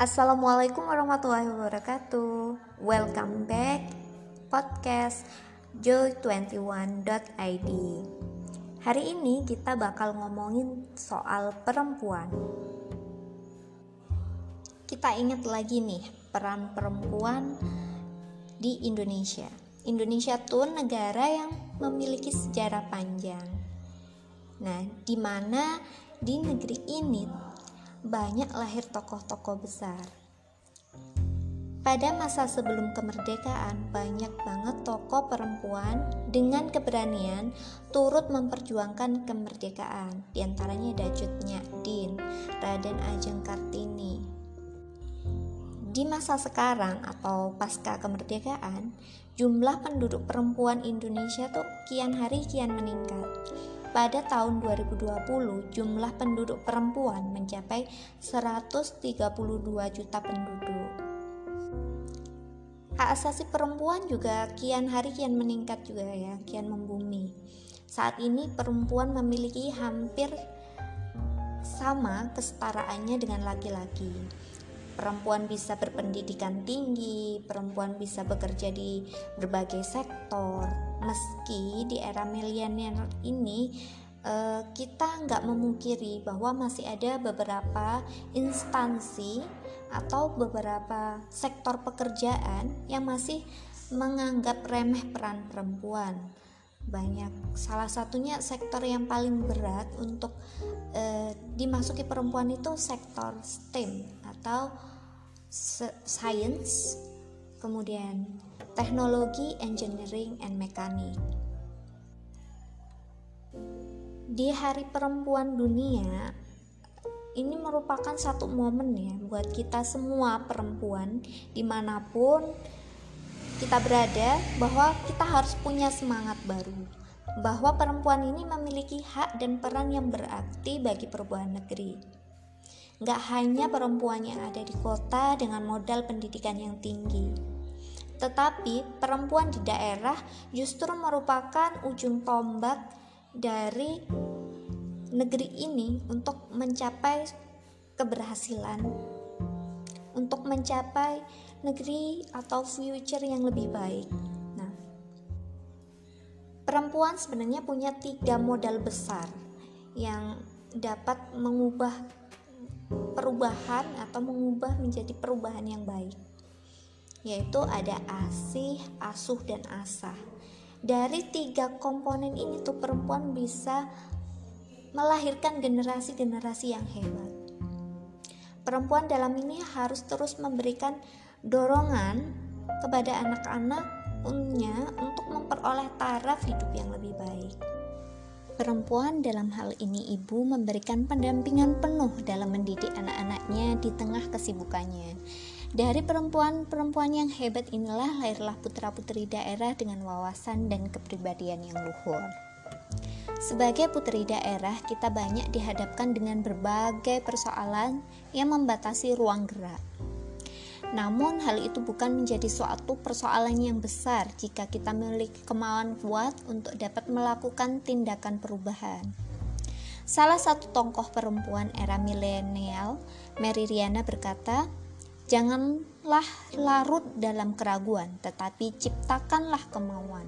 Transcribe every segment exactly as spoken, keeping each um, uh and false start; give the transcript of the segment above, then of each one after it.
Assalamualaikum warahmatullahi wabarakatuh. Welcome back podcast joy dua puluh satu dot i d. Hari ini kita bakal ngomongin soal perempuan. Kita ingat lagi nih peran perempuan di Indonesia. Indonesia tuh negara yang memiliki sejarah panjang. Nah, di mana di negeri ini banyak lahir tokoh-tokoh besar. Pada masa sebelum kemerdekaan, banyak banget tokoh perempuan dengan keberanian turut memperjuangkan kemerdekaan. Di antaranya ada Cut Nyak Dien, Raden Ajeng Kartini. Di masa sekarang atau pasca kemerdekaan, jumlah penduduk perempuan Indonesia tuh kian hari kian meningkat. Pada tahun dua ribu dua puluh, jumlah penduduk perempuan mencapai seratus tiga puluh dua juta penduduk. Hak asasi perempuan juga kian hari kian meningkat juga ya, kian membumi. Saat ini perempuan memiliki hampir sama kesetaraannya dengan laki-laki. Perempuan bisa berpendidikan tinggi, perempuan bisa bekerja di berbagai sektor. Meski di era milenial ini eh, kita nggak memungkiri bahwa masih ada beberapa instansi atau beberapa sektor pekerjaan yang masih menganggap remeh peran perempuan. Banyak, salah satunya sektor yang paling berat untuk eh, dimasuki perempuan itu sektor S T E M atau science, kemudian teknologi, engineering, and mechanic. Di Hari Perempuan Dunia, ini merupakan satu momen ya buat kita semua perempuan dimanapun kita berada, bahwa kita harus punya semangat baru, bahwa perempuan ini memiliki hak dan peran yang berarti bagi perubahan negeri. Gak hanya perempuan yang ada di kota dengan modal pendidikan yang tinggi, tetapi perempuan di daerah justru merupakan ujung tombak dari negeri ini untuk mencapai keberhasilan, untuk mencapai negeri atau future yang lebih baik. Nah, perempuan sebenarnya punya tiga modal besar yang dapat mengubah perubahan atau mengubah menjadi perubahan yang baik, yaitu ada asih, asuh, dan asah. Dari tiga komponen ini tuh perempuan bisa melahirkan generasi-generasi yang hebat. Perempuan dalam ini harus terus memberikan dorongan kepada anak-anaknya untuk memperoleh taraf hidup yang lebih baik. Perempuan dalam hal ini ibu memberikan pendampingan penuh dalam mendidik anak-anaknya di tengah kesibukannya. Dari perempuan-perempuan yang hebat inilah lahirlah putra-putri daerah dengan wawasan dan kepribadian yang luhur. Sebagai putri daerah, kita banyak dihadapkan dengan berbagai persoalan yang membatasi ruang gerak. Namun hal itu bukan menjadi suatu persoalan yang besar jika kita memiliki kemauan kuat untuk dapat melakukan tindakan perubahan. Salah satu tokoh perempuan era milenial, Mary Riana, berkata, "Janganlah larut dalam keraguan, tetapi ciptakanlah kemauan."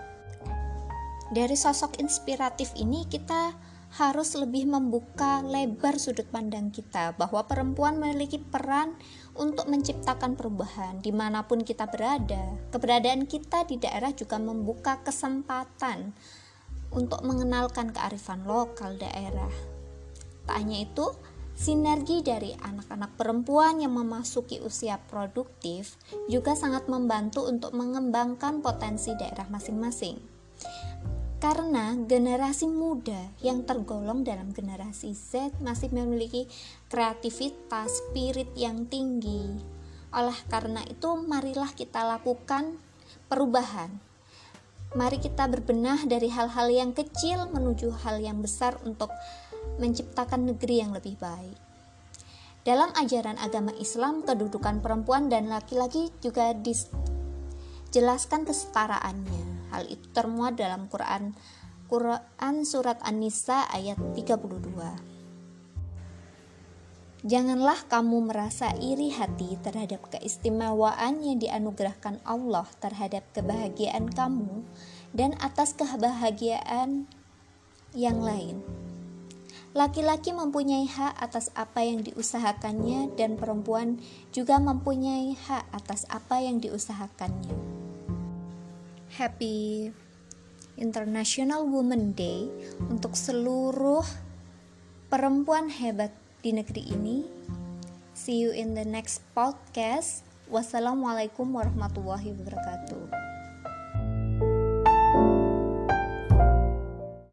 Dari sosok inspiratif ini kita harus lebih membuka lebar sudut pandang kita bahwa perempuan memiliki peran untuk menciptakan perubahan dimanapun kita berada. Keberadaan kita di daerah juga membuka kesempatan untuk mengenalkan kearifan lokal daerah. Tak hanya itu, sinergi dari anak-anak perempuan yang memasuki usia produktif juga sangat membantu untuk mengembangkan potensi daerah masing-masing. Karena generasi muda yang tergolong dalam generasi Z masih memiliki kreativitas, spirit yang tinggi. Oleh karena itu, marilah kita lakukan perubahan. Mari kita berbenah dari hal-hal yang kecil menuju hal yang besar untuk menciptakan negeri yang lebih baik. Dalam ajaran agama Islam, kedudukan perempuan dan laki-laki juga dijelaskan kesetaraannya. Hal itu termuat dalam Quran Quran surat An-Nisa ayat tiga puluh dua. Janganlah kamu merasa iri hati terhadap keistimewaan yang dianugerahkan Allah terhadap kebahagiaan kamu dan atas kebahagiaan yang lain. Laki-laki mempunyai hak atas apa yang diusahakannya dan perempuan juga mempunyai hak atas apa yang diusahakannya. Happy International Women Day untuk seluruh perempuan hebat di negeri ini. See you in the next podcast. Wassalamualaikum warahmatullahi wabarakatuh.